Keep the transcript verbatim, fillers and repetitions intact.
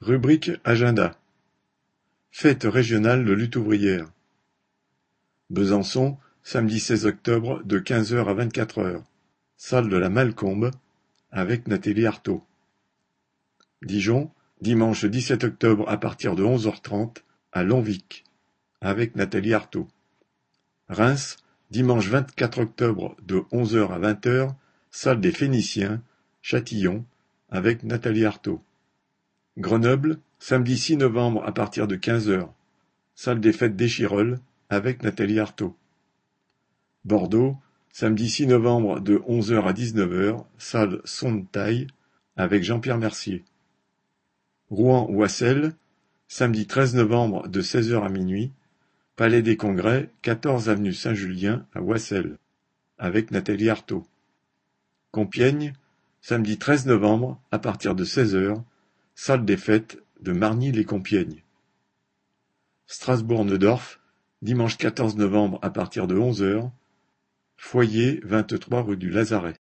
Rubrique agenda. Fête régionale de lutte ouvrière. Besançon, samedi seize octobre de quinze heures à vingt-quatre heures. Salle de la Malcombe, avec Nathalie Arthaud. Dijon, dimanche dix-sept octobre à partir de onze heures trente, à Lonvic, avec Nathalie Arthaud. Reims, dimanche vingt-quatre octobre de onze heures à vingt heures, salle des Phéniciens, Châtillon, avec Nathalie Arthaud. Grenoble, samedi six novembre à partir de quinze heures, salle des Fêtes d'Échirolles, avec Nathalie Arthaud. Bordeaux, samedi six novembre de onze heures à dix-neuf heures, salle Son de Taille, avec Jean-Pierre Mercier. Rouen-Ouassel, samedi treize novembre de seize heures à minuit, Palais des Congrès, quatorze avenue Saint-Julien à Ouassel, avec Nathalie Arthaud. Compiègne, samedi treize novembre à partir de seize heures, salle des Fêtes de Margny-les-Compiègnes. Strasbourg-Neudorf, dimanche quatorze novembre à partir de onze heures, foyer vingt-trois rue du Lazaret.